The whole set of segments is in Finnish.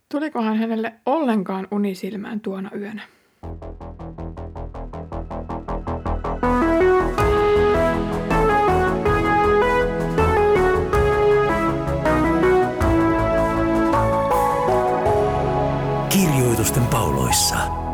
Tulikohan hänelle ollenkaan uni silmään tuona yönä? Kirjoitusten pauloissa.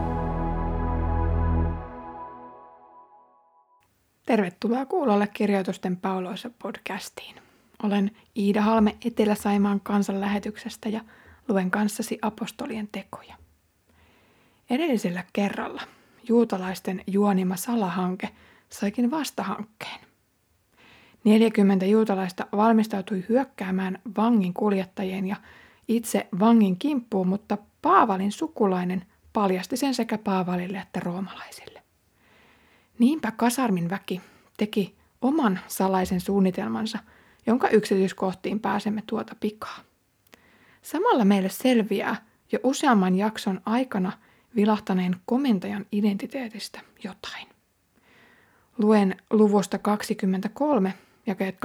Tervetuloa kuulolle Kirjoitusten pauloissa podcastiin. Olen Iida Halme Etelä-Saimaan kansanlähetyksestä ja luen kanssasi apostolien tekoja. Edellisellä kerralla juutalaisten juonima salahanke saikin vastahankkeen. 40 juutalaista valmistautui hyökkäämään vangin kuljettajien ja itse vangin kimppuun, mutta Paavalin sukulainen paljasti sen sekä Paavalille että roomalaisille. Niinpä kasarmin väki teki oman salaisen suunnitelmansa, jonka yksityiskohtiin pääsemme tuota pikaa. Samalla meille selviää jo useamman jakson aikana vilahtaneen komentajan identiteetistä jotain. Luen luvusta 23, jakeet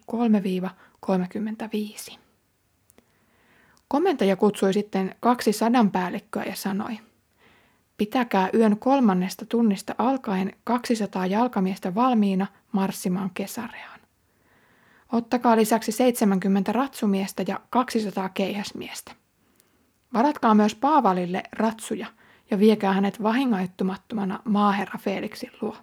23-35. Komentaja kutsui sitten 2 sadanpäällikköä ja sanoi: pitäkää yön 3. tunnista alkaen 200 jalkamiestä valmiina marssimaan Kesareaan. Ottakaa lisäksi 70 ratsumiestä ja 200 keihäsmiestä. Varatkaa myös Paavalille ratsuja ja viekää hänet vahingoittumattomana maaherra Feeliksin luo.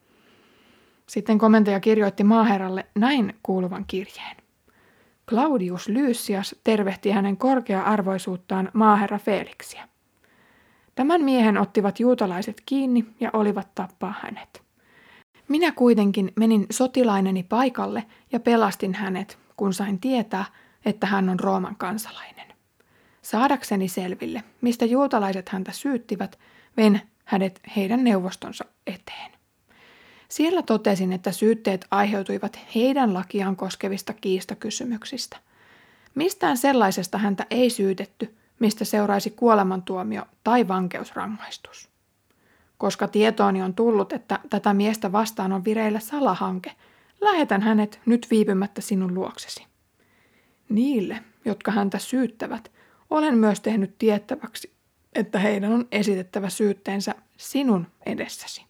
Sitten komentaja kirjoitti maaherralle näin kuuluvan kirjeen. Claudius Lysias tervehti hänen korkea-arvoisuuttaan maaherra Feeliksiä. Tämän miehen ottivat juutalaiset kiinni ja olivat tappaa hänet. Minä kuitenkin menin sotilaineni paikalle ja pelastin hänet, kun sain tietää, että hän on Rooman kansalainen. Saadakseni selville, mistä juutalaiset häntä syyttivät, vein hänet heidän neuvostonsa eteen. Siellä totesin, että syytteet aiheutuivat heidän lakiaan koskevista kiistakysymyksistä. Mistään sellaisesta häntä ei syytetty, mistä seuraisi kuolemantuomio tai vankeusrangaistus. Koska tietooni on tullut, että tätä miestä vastaan on vireillä salahanke, lähetän hänet nyt viipymättä sinun luoksesi. Niille, jotka häntä syyttävät, olen myös tehnyt tiettäväksi, että heidän on esitettävä syytteensä sinun edessäsi.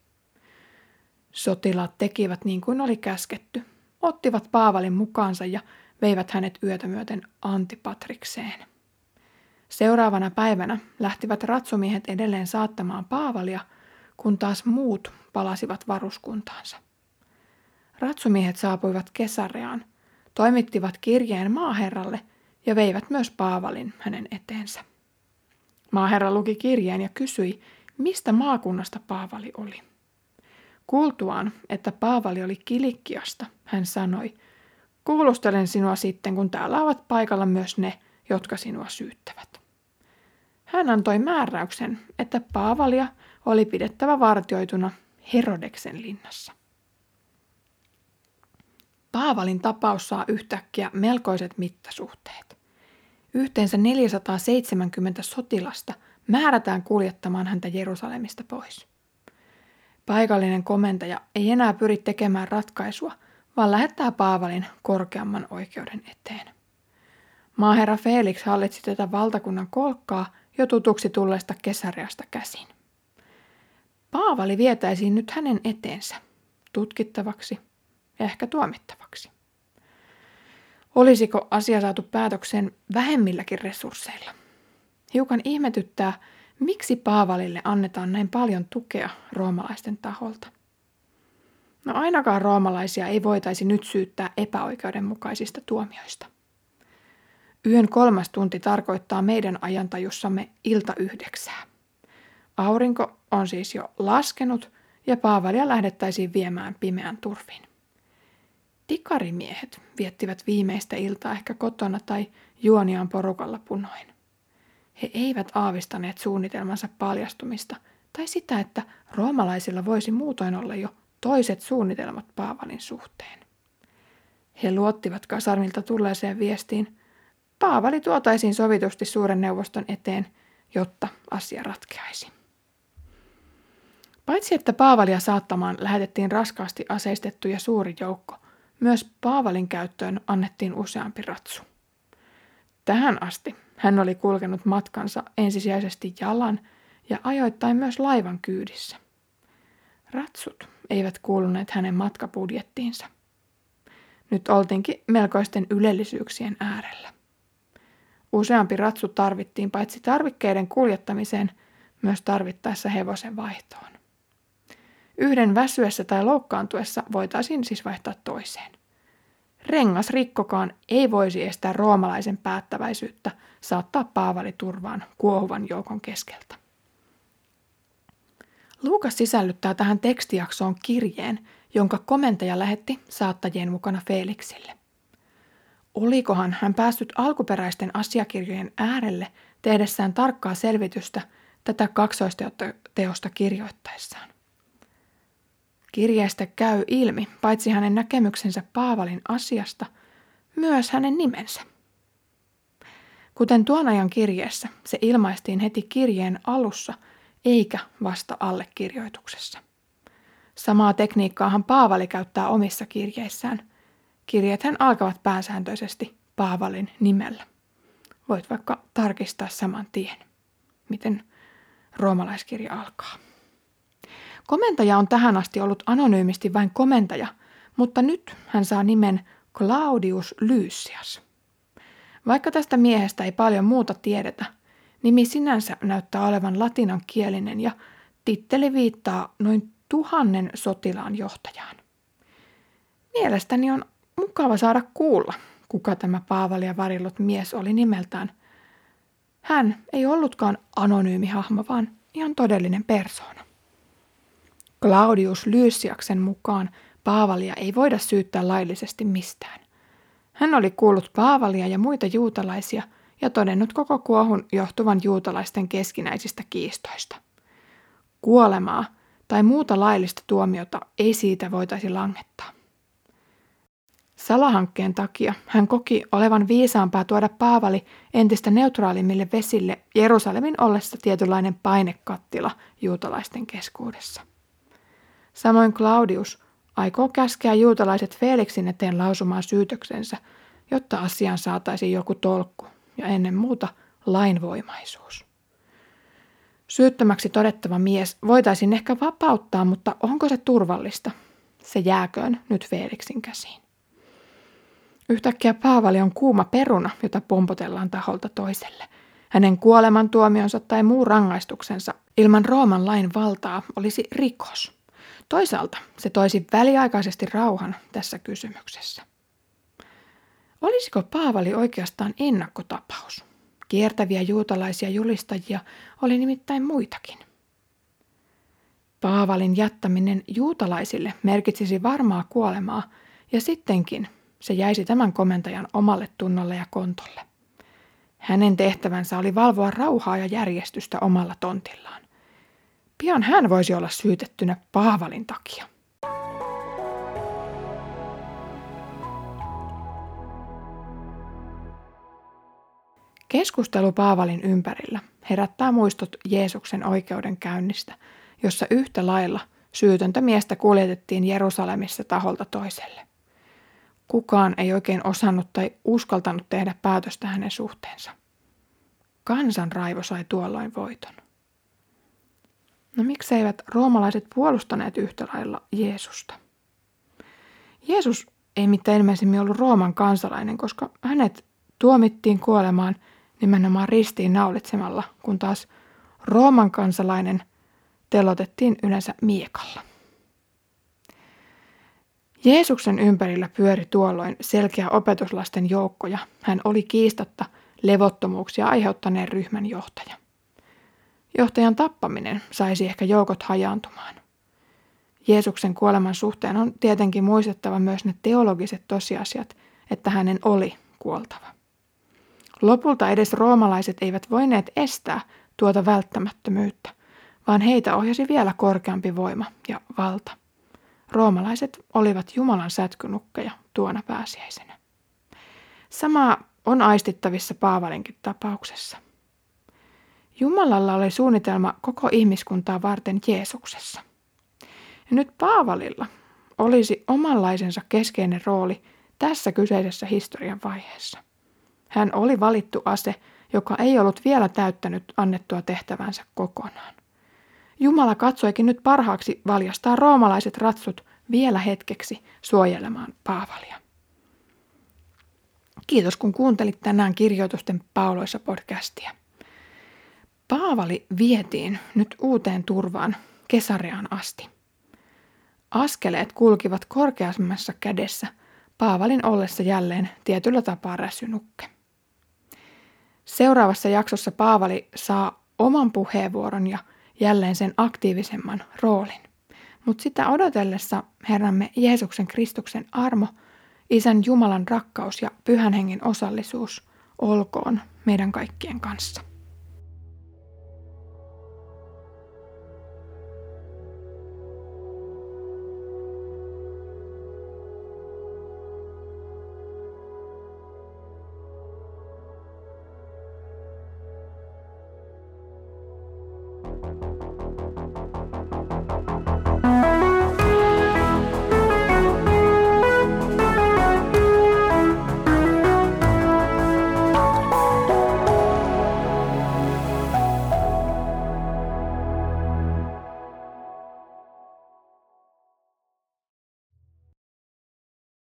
Sotilaat tekivät niin kuin oli käsketty, ottivat Paavalin mukaansa ja veivät hänet yötä myöten Antipatrikseen. Seuraavana päivänä lähtivät ratsumiehet edelleen saattamaan Paavalia, kun taas muut palasivat varuskuntaansa. Ratsumiehet saapuivat Kesareaan, toimittivat kirjeen maaherralle ja veivät myös Paavalin hänen eteensä. Maaherra luki kirjeen ja kysyi, mistä maakunnasta Paavali oli. Kuultuaan, että Paavali oli Kilikkiasta, hän sanoi, kuulustelen sinua sitten, kun täällä ovat paikalla myös ne, jotka sinua syyttävät. Hän antoi määräyksen, että Paavalia oli pidettävä vartioituna Herodeksen linnassa. Paavalin tapaus saa yhtäkkiä melkoiset mittasuhteet. Yhteensä 470 sotilasta määrätään kuljettamaan häntä Jerusalemista pois. Paikallinen komentaja ei enää pyri tekemään ratkaisua, vaan lähettää Paavalin korkeamman oikeuden eteen. Maaherra Felix hallitsi tätä valtakunnan kolkkaa jo tutuksi tulleesta Kesareasta käsin. Paavali vietäisiin nyt hänen eteensä, tutkittavaksi ja ehkä tuomittavaksi. Olisiko asia saatu päätökseen vähemmilläkin resursseilla? Hiukan ihmetyttää, miksi Paavalille annetaan näin paljon tukea roomalaisten taholta. No ainakaan roomalaisia ei voitaisi nyt syyttää epäoikeudenmukaisista tuomioista. Yön 3. tunti tarkoittaa meidän ajantajussamme ilta 9. Aurinko on siis jo laskenut ja Paavalia lähdettäisiin viemään pimeän turvin. Tikarimiehet viettivät viimeistä iltaa ehkä kotona tai juoniaan porukalla punoin. He eivät aavistaneet suunnitelmansa paljastumista tai sitä, että roomalaisilla voisi muutoin olla jo toiset suunnitelmat Paavalin suhteen. He luottivat kasarmilta tulleeseen viestiin. Paavali tuotaisiin sovitusti suuren neuvoston eteen, jotta asia ratkeaisi. Paitsi että Paavalia saattamaan lähetettiin raskaasti aseistettu ja suuri joukko, myös Paavalin käyttöön annettiin useampi ratsu. Tähän asti hän oli kulkenut matkansa ensisijaisesti jalan ja ajoittain myös laivan kyydissä. Ratsut eivät kuuluneet hänen matkabudjettiinsa. Nyt oltiinkin melkoisten ylellisyyksien äärellä. Useampi ratsu tarvittiin paitsi tarvikkeiden kuljettamiseen, myös tarvittaessa hevosen vaihtoon. Yhden väsyessä tai loukkaantuessa voitaisiin siis vaihtaa toiseen. Rengasrikkokaan ei voisi estää roomalaisen päättäväisyyttä saattaa Paavali turvaan kuohuvan joukon keskeltä. Luukas sisällyttää tähän tekstijaksoon kirjeen, jonka komentaja lähetti saattajien mukana Feeliksille. Olikohan hän päässyt alkuperäisten asiakirjojen äärelle tehdessään tarkkaa selvitystä tätä kaksoisteosta kirjoittaessaan? Kirjeestä käy ilmi paitsi hänen näkemyksensä Paavalin asiasta, myös hänen nimensä. Kuten tuon ajan kirjeessä, se ilmaistiin heti kirjeen alussa eikä vasta allekirjoituksessa. Samaa tekniikkaahan Paavali käyttää omissa kirjeissään. Kirjeethän alkavat pääsääntöisesti Paavalin nimellä. Voit vaikka tarkistaa saman tien, miten roomalaiskirja alkaa. Komentaja on tähän asti ollut anonyymisti vain komentaja, mutta nyt hän saa nimen Claudius Lysias. Vaikka tästä miehestä ei paljon muuta tiedetä, nimi sinänsä näyttää olevan latinankielinen ja titteli viittaa noin 1000 sotilaan johtajaan. Mielestäni on mukava saada kuulla, kuka tämä Paavalia varillut mies oli nimeltään. Hän ei ollutkaan anonyymi hahmo, vaan ihan todellinen persoona. Claudius Lysiaksen mukaan Paavalia ei voida syyttää laillisesti mistään. Hän oli kuullut Paavalia ja muita juutalaisia ja todennut koko kuohun johtuvan juutalaisten keskinäisistä kiistoista. Kuolemaa tai muuta laillista tuomiota ei siitä voitaisi langettaa. Salahankkeen takia hän koki olevan viisaampaa tuoda Paavali entistä neutraalimmille vesille Jerusalemin ollessa tietynlainen painekattila juutalaisten keskuudessa. Samoin Claudius aikoo käskeä juutalaiset Feeliksin eteen lausumaan syytöksensä, jotta asiaan saataisiin joku tolkku ja ennen muuta lainvoimaisuus. Syyttömäksi todettava mies voitaisiin ehkä vapauttaa, mutta onko se turvallista? Se jääköön nyt Feeliksin käsiin. Yhtäkkiä Paavali on kuuma peruna, jota pompotellaan taholta toiselle. Hänen kuolemantuomionsa tai muu rangaistuksensa ilman Rooman lain valtaa olisi rikos. Toisaalta se toisi väliaikaisesti rauhan tässä kysymyksessä. Olisiko Paavali oikeastaan ennakkotapaus? Kiertäviä juutalaisia julistajia oli nimittäin muitakin. Paavalin jättäminen juutalaisille merkitsisi varmaa kuolemaa ja sittenkin se jäisi tämän komentajan omalle tunnolle ja kontolle. Hänen tehtävänsä oli valvoa rauhaa ja järjestystä omalla tontillaan. Pian hän voisi olla syytettynä Paavalin takia. Keskustelu Paavalin ympärillä herättää muistot Jeesuksen oikeudenkäynnistä, jossa yhtä lailla syytöntä miestä kuljetettiin Jerusalemissa taholta toiselle. Kukaan ei oikein osannut tai uskaltanut tehdä päätöstä hänen suhteensa. Kansan raivo sai tuolloin voiton. No mikseivät roomalaiset puolustaneet yhtä lailla Jeesusta? Jeesus ei mitään ilmeisemmin ollut Rooman kansalainen, koska hänet tuomittiin kuolemaan nimenomaan ristiin naulitsemalla, kun taas Rooman kansalainen telotettiin yleensä miekalla. Jeesuksen ympärillä pyöri tuolloin selkeä opetuslasten joukko ja hän oli kiistatta levottomuuksia aiheuttaneen ryhmän johtaja. Johtajan tappaminen saisi ehkä joukot hajaantumaan. Jeesuksen kuoleman suhteen on tietenkin muistettava myös ne teologiset tosiasiat, että hänen oli kuoltava. Lopulta edes roomalaiset eivät voineet estää tuota välttämättömyyttä, vaan heitä ohjasi vielä korkeampi voima ja valta. Roomalaiset olivat Jumalan sätkynukkeja tuona pääsiäisenä. Samaa on aistittavissa Paavalinkin tapauksessa. Jumalalla oli suunnitelma koko ihmiskuntaa varten Jeesuksessa. Ja nyt Paavalilla olisi omanlaisensa keskeinen rooli tässä kyseisessä historian vaiheessa. Hän oli valittu ase, joka ei ollut vielä täyttänyt annettua tehtävänsä kokonaan. Jumala katsoikin nyt parhaaksi valjastaa roomalaiset ratsut vielä hetkeksi suojelemaan Paavalia. Kiitos kun kuuntelit tänään Kirjoitusten pauloissa podcastia. Paavali vietiin nyt uuteen turvaan Kesareaan asti. Askeleet kulkivat korkeammassa kädessä Paavalin ollessa jälleen tietyllä tapaa räsynukke. Seuraavassa jaksossa Paavali saa oman puheenvuoron ja jälleen sen aktiivisemman roolin. Mutta sitä odotellessa Herramme Jeesuksen Kristuksen armo, Isän Jumalan rakkaus ja Pyhän Hengen osallisuus olkoon meidän kaikkien kanssa.